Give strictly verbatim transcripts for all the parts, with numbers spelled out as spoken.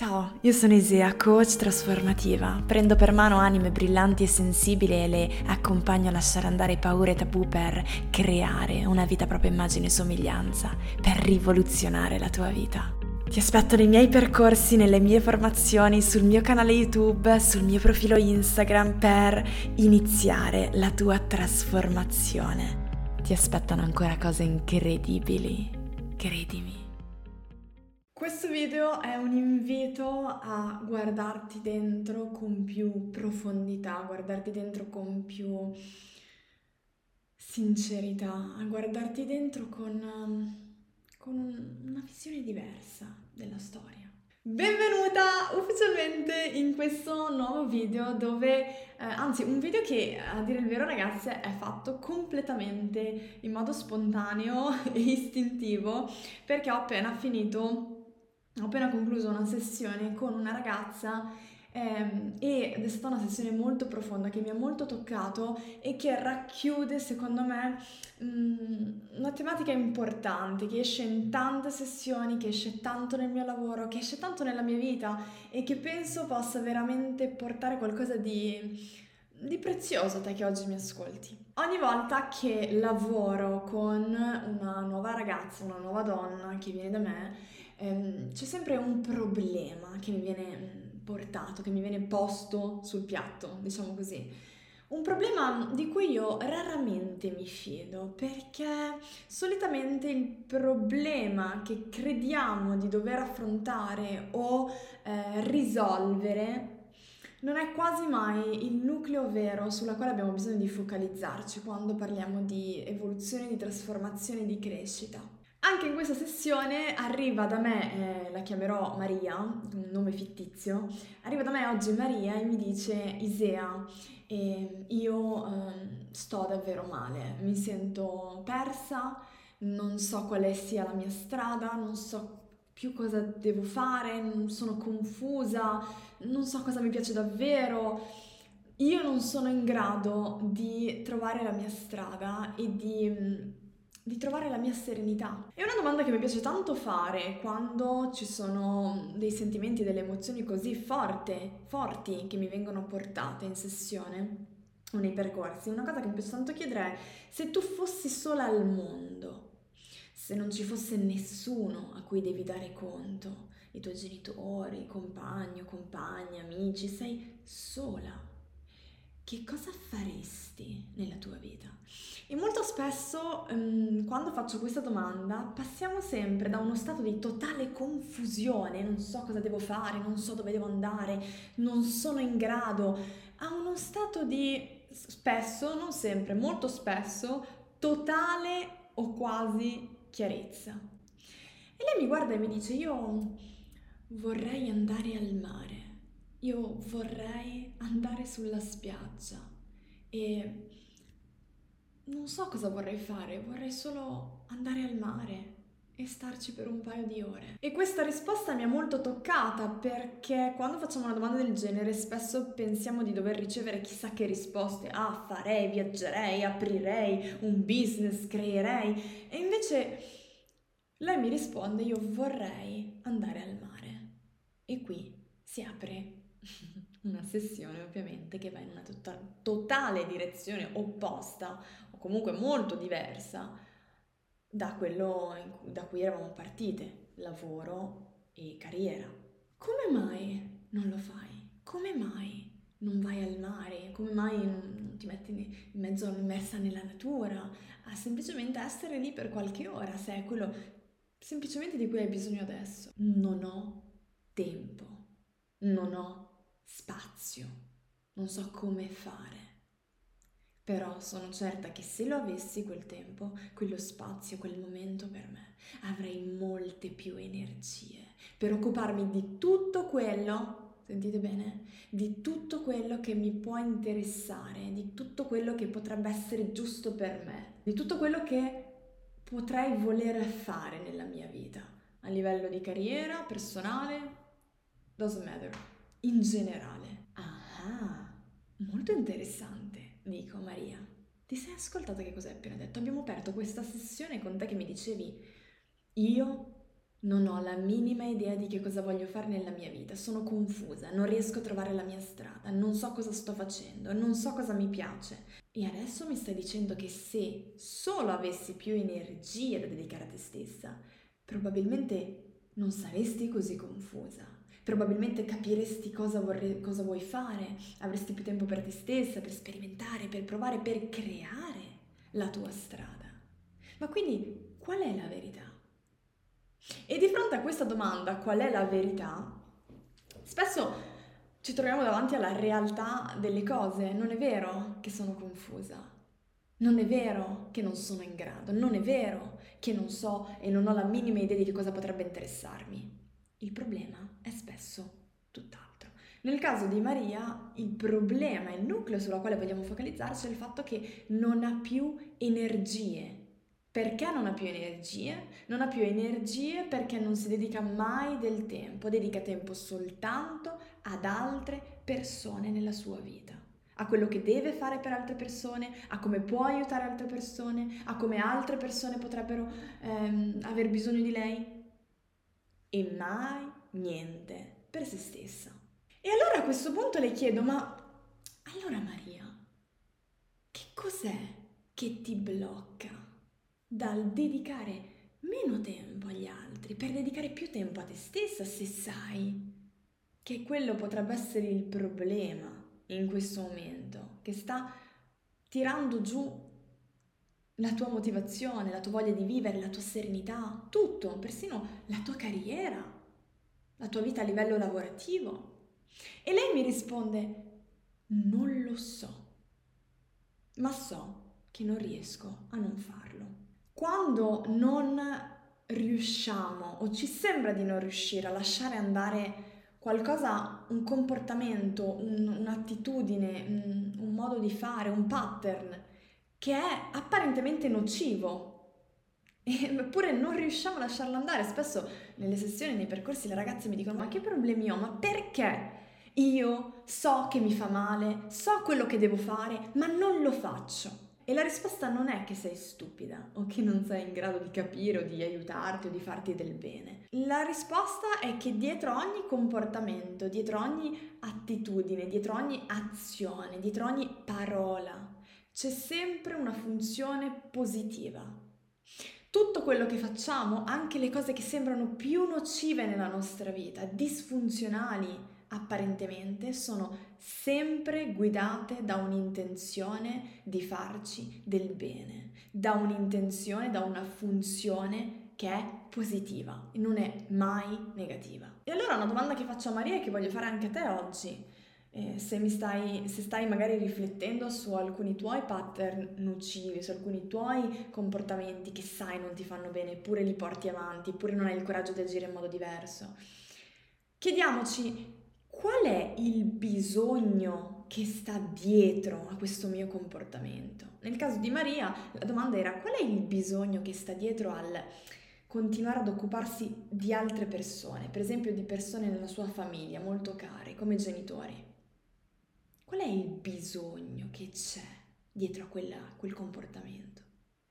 Ciao, io sono Isea, coach trasformativa. Prendo per mano anime brillanti e sensibili e le accompagno a lasciare andare paure e tabù per creare una vita a propria immagine e somiglianza, per rivoluzionare la tua vita. Ti aspetto nei miei percorsi, nelle mie formazioni, sul mio canale YouTube, sul mio profilo Instagram per iniziare la tua trasformazione. Ti aspettano ancora cose incredibili, credimi. Questo video è un invito a guardarti dentro con più profondità, a guardarti dentro con più sincerità, a guardarti dentro con, um, con una visione diversa della storia. Benvenuta ufficialmente in questo nuovo video dove, eh, anzi un video che a dire il vero ragazze è fatto completamente in modo spontaneo e istintivo perché ho appena finito Ho appena concluso una sessione con una ragazza ehm, ed è stata una sessione molto profonda che mi ha molto toccato e che racchiude, secondo me, mh, una tematica importante che esce in tante sessioni, che esce tanto nel mio lavoro, che esce tanto nella mia vita e che penso possa veramente portare qualcosa di, di prezioso a te che oggi mi ascolti. Ogni volta che lavoro con una nuova ragazza, una nuova donna che viene da me, ehm, c'è sempre un problema che mi viene mm, portato, che mi viene posto sul piatto, diciamo così. Un problema di cui io raramente mi fido, perché solitamente il problema che crediamo di dover affrontare o eh, risolvere non è quasi mai il nucleo vero sulla quale abbiamo bisogno di focalizzarci quando parliamo di evoluzione, di trasformazione, di crescita. Anche in questa sessione arriva da me, eh, la chiamerò Maria, un nome fittizio, arriva da me oggi Maria e mi dice: Isea, eh, io eh, sto davvero male, mi sento persa, non so quale sia la mia strada, non so più cosa devo fare, non sono confusa, non so cosa mi piace davvero. Io non sono in grado di trovare la mia strada e di, mm, di trovare la mia serenità. È una domanda che mi piace tanto fare quando ci sono dei sentimenti, delle emozioni così forti, forti che mi vengono portate in sessione o nei percorsi. Una cosa che mi piace tanto chiedere è: se tu fossi sola al mondo, se non ci fosse nessuno a cui devi dare conto, i tuoi genitori, compagno, compagni, amici, sei sola, che cosa faresti nella tua vita? E molto spesso, ehm, quando faccio questa domanda, passiamo sempre da uno stato di totale confusione, non so cosa devo fare, non so dove devo andare, non sono in grado, a uno stato di, spesso, non sempre, molto spesso, totale o quasi chiarezza. E lei mi guarda e mi dice: io vorrei andare al mare, io vorrei andare sulla spiaggia e non so cosa vorrei fare, vorrei solo andare al mare e starci per un paio di ore. E questa risposta mi ha molto toccata perché quando facciamo una domanda del genere spesso pensiamo di dover ricevere chissà che risposte. Ah, farei, viaggerei, aprirei un business, creerei. E invece lei mi risponde: io vorrei andare al mare. E qui si apre una sessione ovviamente che va in una tota- totale direzione opposta o comunque molto diversa da quello in cui- da cui eravamo partite, lavoro e carriera. Come mai non lo fai? Come mai non vai al mare? Come mai non non ti metti in mezzo immersa nella natura a semplicemente essere lì per qualche ora, se è quello semplicemente di cui hai bisogno adesso? Non ho tempo, non ho spazio, non so come fare. Però sono certa che se lo avessi quel tempo, quello spazio, quel momento per me, avrei molte più energie per occuparmi di tutto quello, sentite bene, di tutto quello che mi può interessare, di tutto quello che potrebbe essere giusto per me, di tutto quello che potrei voler fare nella mia vita, a livello di carriera, personale, doesn't matter, in generale. Ah, molto interessante, dico Maria. Ti sei ascoltata che cosa hai appena detto? Abbiamo aperto questa sessione con te che mi dicevi: io Non ho la minima idea di che cosa voglio fare nella mia vita, sono confusa, non riesco a trovare la mia strada, non so cosa sto facendo, non so cosa mi piace. E adesso mi stai dicendo che se solo avessi più energia da dedicare a te stessa, probabilmente non saresti così confusa. Probabilmente capiresti cosa, vorrei, cosa vuoi fare, avresti più tempo per te stessa, per sperimentare, per provare, per creare la tua strada. Ma quindi qual è la verità? E di fronte a questa domanda, qual è la verità? Spesso ci troviamo davanti alla realtà delle cose. Non è vero che sono confusa. Non è vero che non sono in grado. Non è vero che non so e non ho la minima idea di che cosa potrebbe interessarmi. Il problema è spesso tutt'altro. Nel caso di Maria, il problema, il nucleo sulla quale vogliamo focalizzarci è il fatto che non ha più energie. Perché non ha più energie? Non ha più energie perché non si dedica mai del tempo, dedica tempo soltanto ad altre persone nella sua vita, a quello che deve fare per altre persone, a come può aiutare altre persone, a come altre persone potrebbero ehm, aver bisogno di lei e mai niente per se stessa. E allora a questo punto le chiedo, ma allora Maria, che cos'è che ti blocca dal dedicare meno tempo agli altri, per dedicare più tempo a te stessa se sai che quello potrebbe essere il problema in questo momento, che sta tirando giù la tua motivazione, la tua voglia di vivere, la tua serenità, tutto, persino la tua carriera, la tua vita a livello lavorativo. E lei mi risponde, non lo so, ma so che non riesco a non farlo. Quando non riusciamo o ci sembra di non riuscire a lasciare andare qualcosa, un comportamento, un, un'attitudine, un, un modo di fare, un pattern che è apparentemente nocivo, eppure non riusciamo a lasciarlo andare. Spesso nelle sessioni, nei percorsi, le ragazze mi dicono: ma che problemi ho? Ma perché io so che mi fa male, so quello che devo fare, ma non lo faccio? E la risposta non è che sei stupida o che non sei in grado di capire o di aiutarti o di farti del bene. La risposta è che dietro ogni comportamento, dietro ogni attitudine, dietro ogni azione, dietro ogni parola, c'è sempre una funzione positiva. Tutto quello che facciamo, anche le cose che sembrano più nocive nella nostra vita, disfunzionali apparentemente, sono sempre guidate da un'intenzione di farci del bene, da un'intenzione, da una funzione che è positiva e non è mai negativa. E allora una domanda che faccio a Maria e che voglio fare anche a te oggi, eh, se, mi stai, se stai magari riflettendo su alcuni tuoi pattern nocivi, su alcuni tuoi comportamenti che sai non ti fanno bene, eppure li porti avanti, eppure non hai il coraggio di agire in modo diverso, chiediamoci qual è il bisogno che sta dietro a questo mio comportamento. Nel caso di Maria, la domanda era: qual è il bisogno che sta dietro al continuare ad occuparsi di altre persone, per esempio di persone nella sua famiglia molto care, come genitori? Qual è il bisogno che c'è dietro a quella, quel comportamento?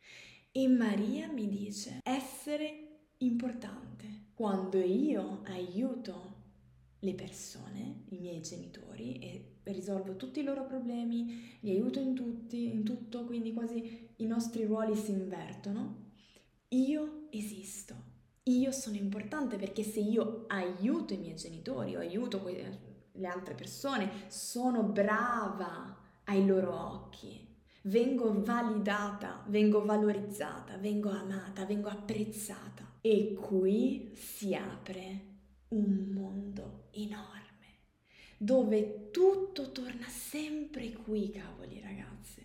E Maria mi dice: essere importante. Quando io aiuto le persone, i miei genitori, e risolvo tutti i loro problemi, li aiuto in tutti, in tutto, quindi quasi i nostri ruoli si invertono, io esisto, io sono importante, perché se io aiuto i miei genitori o aiuto que- le altre persone, sono brava ai loro occhi, vengo validata, vengo valorizzata, vengo amata, vengo apprezzata. E qui si apre un mondo enorme, dove tutto torna sempre qui, cavoli ragazze.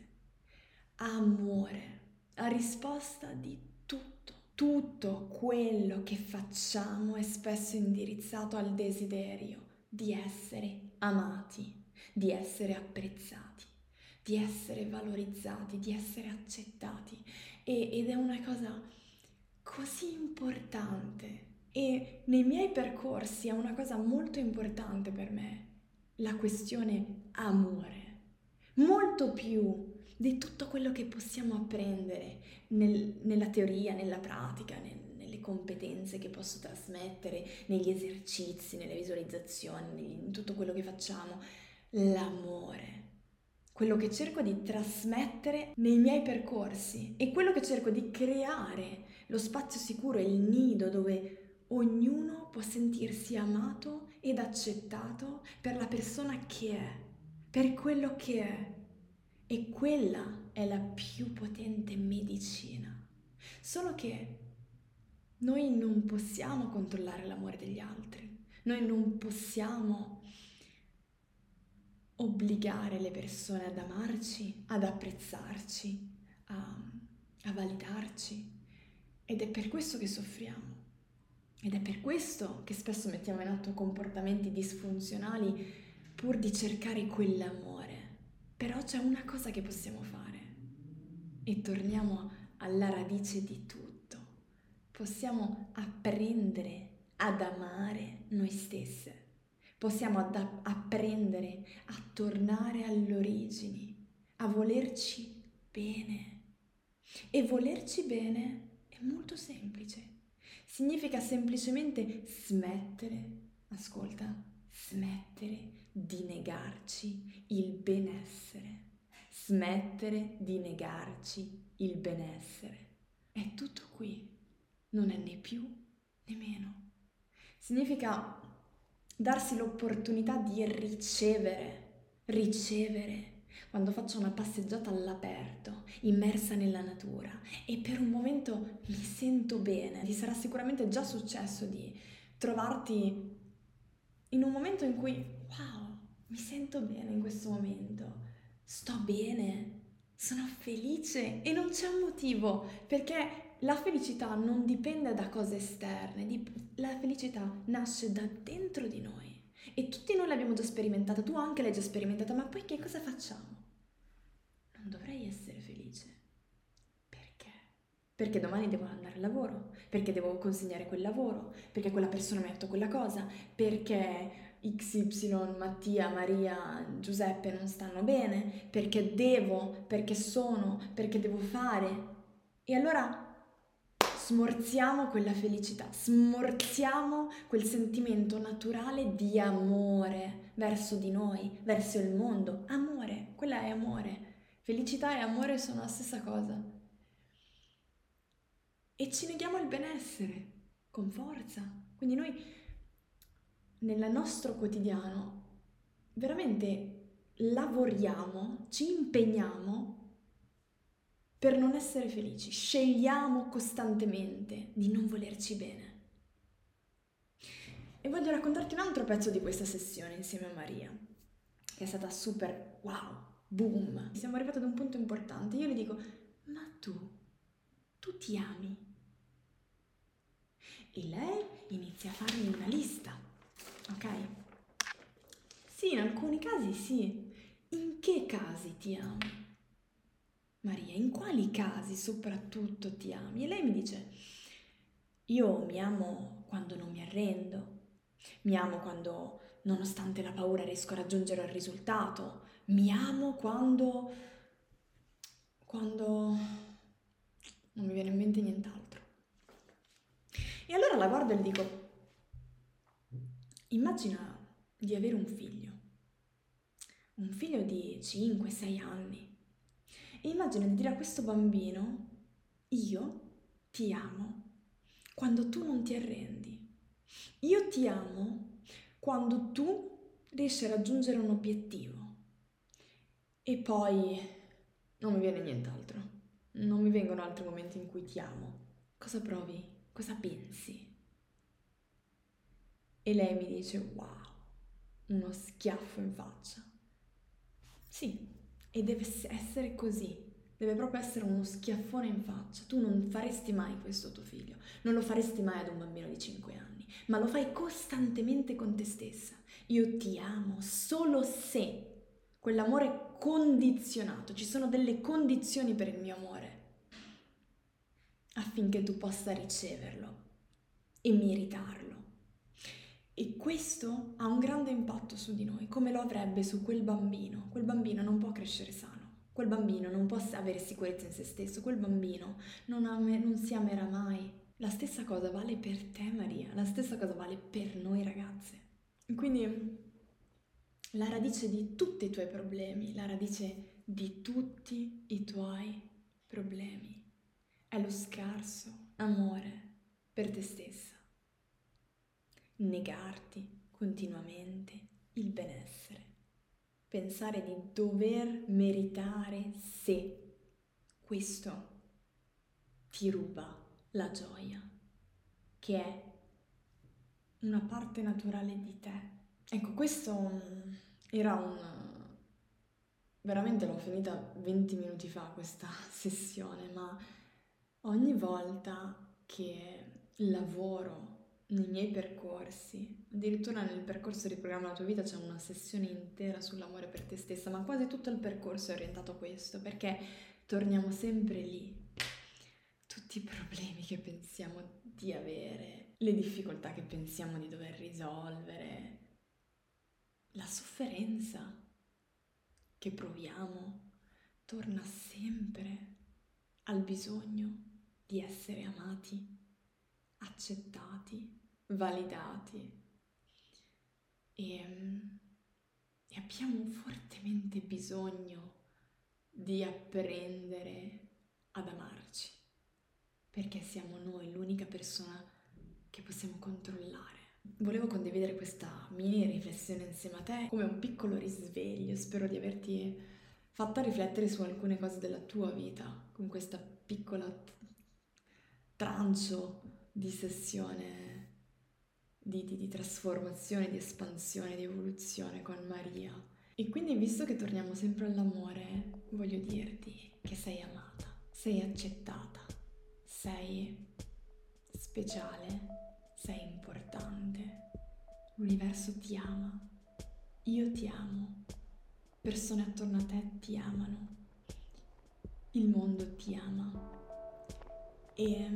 Amore, a risposta di tutto. Tutto quello che facciamo è spesso indirizzato al desiderio di essere amati, di essere apprezzati, di essere valorizzati, di essere accettati. E, ed è una cosa così importante. E nei miei percorsi è una cosa molto importante per me, la questione amore. Molto più di tutto quello che possiamo apprendere nel, nella teoria, nella pratica, nel, nelle competenze che posso trasmettere negli esercizi, nelle visualizzazioni, in tutto quello che facciamo. L'amore, quello che cerco di trasmettere nei miei percorsi e quello che cerco di creare, lo spazio sicuro, il nido dove ognuno può sentirsi amato ed accettato per la persona che è, per quello che è. E quella è la più potente medicina. Solo che noi non possiamo controllare l'amore degli altri, noi non possiamo obbligare le persone ad amarci, ad apprezzarci, a, a validarci. Ed è per questo che soffriamo. Ed è per questo che spesso mettiamo in atto comportamenti disfunzionali pur di cercare quell'amore. Però c'è una cosa che possiamo fare e torniamo alla radice di tutto. Possiamo apprendere ad amare noi stesse. Possiamo ad- apprendere a tornare alle origini, a volerci bene. E volerci bene è molto semplice. Significa semplicemente smettere, ascolta, smettere di negarci il benessere. Smettere di negarci il benessere. È tutto qui, non è né più né meno. Significa darsi l'opportunità di ricevere, ricevere. Quando faccio una passeggiata all'aperto, immersa nella natura e per un momento mi sento bene, ti sarà sicuramente già successo di trovarti in un momento in cui, wow, mi sento bene in questo momento, sto bene, sono felice e non c'è un motivo, perché la felicità non dipende da cose esterne, la felicità nasce da dentro di noi. E tutti noi l'abbiamo già sperimentata, tu anche l'hai già sperimentata, ma poi che cosa facciamo? Non dovrei essere felice. Perché? Perché domani devo andare al lavoro, perché devo consegnare quel lavoro, perché quella persona mi ha detto quella cosa, perché X Y, Mattia, Maria, Giuseppe non stanno bene, perché devo, perché sono, perché devo fare. E allora smorziamo quella felicità, smorziamo quel sentimento naturale di amore verso di noi, verso il mondo. Amore, quella è amore. Felicità e amore sono la stessa cosa. E ci neghiamo il benessere, con forza. Quindi noi, nel nostro quotidiano, veramente lavoriamo, ci impegniamo per non essere felici, scegliamo costantemente di non volerci bene. E voglio raccontarti un altro pezzo di questa sessione insieme a Maria, che è stata super wow, boom. Siamo arrivati ad un punto importante. Io le dico, ma tu, tu ti ami? E lei inizia a farmi una lista, ok? Sì, in alcuni casi sì. In che casi ti ami? Maria, in quali casi soprattutto ti ami? E lei mi dice, io mi amo quando non mi arrendo, mi amo quando nonostante la paura riesco a raggiungere il risultato, mi amo quando... quando... non mi viene in mente nient'altro. E allora la guardo e le dico, immagina di avere un figlio, un figlio di cinque sei anni. E immagina di dire a questo bambino, io ti amo quando tu non ti arrendi. Io ti amo quando tu riesci a raggiungere un obiettivo. E poi non mi viene nient'altro. Non mi vengono altri momenti in cui ti amo. Cosa provi? Cosa pensi? E lei mi dice, wow, uno schiaffo in faccia. Sì, e deve essere così. Deve proprio essere uno schiaffone in faccia. Tu non faresti mai questo a tuo figlio, non lo faresti mai ad un bambino di cinque anni, ma lo fai costantemente con te stessa. Io ti amo solo se quell'amore condizionato, ci sono delle condizioni per il mio amore, affinché tu possa riceverlo e meritarlo. E questo ha un grande impatto su di noi, come lo avrebbe su quel bambino. Quel bambino non può crescere sano, quel bambino non può avere sicurezza in se stesso, quel bambino non, ame, non si amerà mai. La stessa cosa vale per te, Maria, la stessa cosa vale per noi ragazze. Quindi la radice di tutti i tuoi problemi, la radice di tutti i tuoi problemi è lo scarso amore per te stessa. Negarti continuamente il benessere, pensare di dover meritare se questo ti ruba la gioia, che è una parte naturale di te. Ecco, questo era un... veramente l'ho finita venti minuti fa questa sessione, ma ogni volta che lavoro nei miei percorsi, addirittura nel percorso di Programma la tua vita c'è una sessione intera sull'amore per te stessa, ma quasi tutto il percorso è orientato a questo, perché torniamo sempre lì. Tutti i problemi che pensiamo di avere, le difficoltà che pensiamo di dover risolvere, la sofferenza che proviamo, torna sempre al bisogno di essere amati, accettati, validati e, e abbiamo fortemente bisogno di apprendere ad amarci, perché siamo noi l'unica persona che possiamo controllare. Volevo condividere questa mini riflessione insieme a te come un piccolo risveglio, spero di averti fatta riflettere su alcune cose della tua vita con questa piccola trancio di sessione di, di, di trasformazione, di espansione, di evoluzione con Maria. E quindi, visto che torniamo sempre all'amore, voglio dirti che sei amata, sei accettata, sei speciale, sei importante. L'universo ti ama, io ti amo, persone attorno a te ti amano, il mondo ti ama e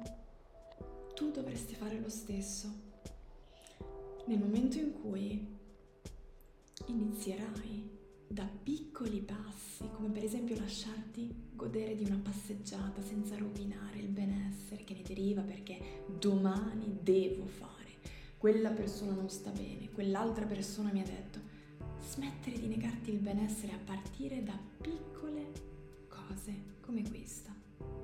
tu dovresti fare lo stesso. Nel momento in cui inizierai da piccoli passi, come per esempio lasciarti godere di una passeggiata senza rovinare il benessere che ne deriva perché domani devo fare, quella persona non sta bene, quell'altra persona mi ha detto, smettere di negarti il benessere a partire da piccole cose come questa.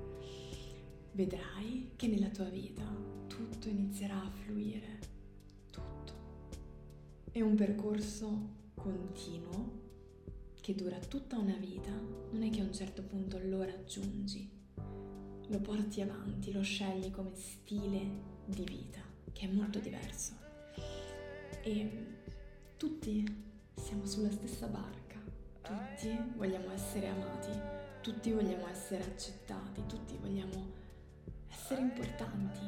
Vedrai che nella tua vita tutto inizierà a fluire, tutto. È un percorso continuo che dura tutta una vita, non è che a un certo punto lo raggiungi, lo porti avanti, lo scegli come stile di vita, che è molto diverso. E tutti siamo sulla stessa barca, tutti vogliamo essere amati, tutti vogliamo essere accettati, tutti vogliamo essere importanti.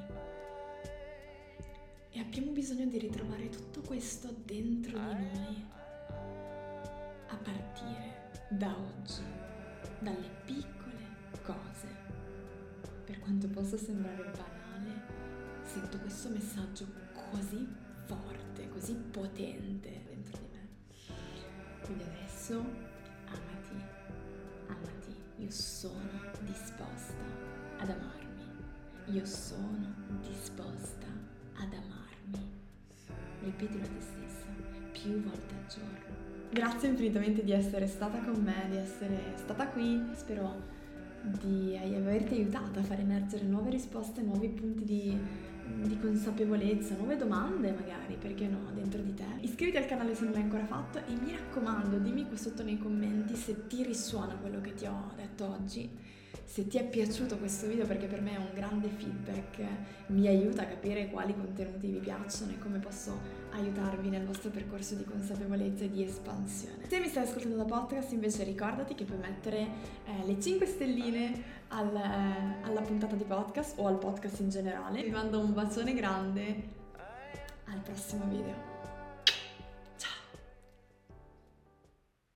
E abbiamo bisogno di ritrovare tutto questo dentro di noi a partire da oggi, dalle piccole cose. Per quanto possa sembrare banale, sento questo messaggio così forte, così potente dentro di me. Quindi adesso amati, amati, io sono disposta ad amarmi, io sono disposta ad amarmi. Ripetilo a te stessa più volte al giorno. Grazie infinitamente di essere stata con me, di essere stata qui. Spero di averti aiutata a far emergere nuove risposte, nuovi punti di, di consapevolezza, nuove domande magari, perché no, dentro di te. Iscriviti al canale se non l'hai ancora fatto e mi raccomando, dimmi qui sotto nei commenti se ti risuona quello che ti ho detto oggi, se ti è piaciuto questo video, perché per me è un grande feedback, mi aiuta a capire quali contenuti vi piacciono e come posso aiutarvi nel vostro percorso di consapevolezza e di espansione. Se mi stai ascoltando da podcast, invece ricordati che puoi mettere eh, le cinque stelline al, eh, alla puntata di podcast o al podcast in generale. Vi mando un bacione grande, al prossimo video.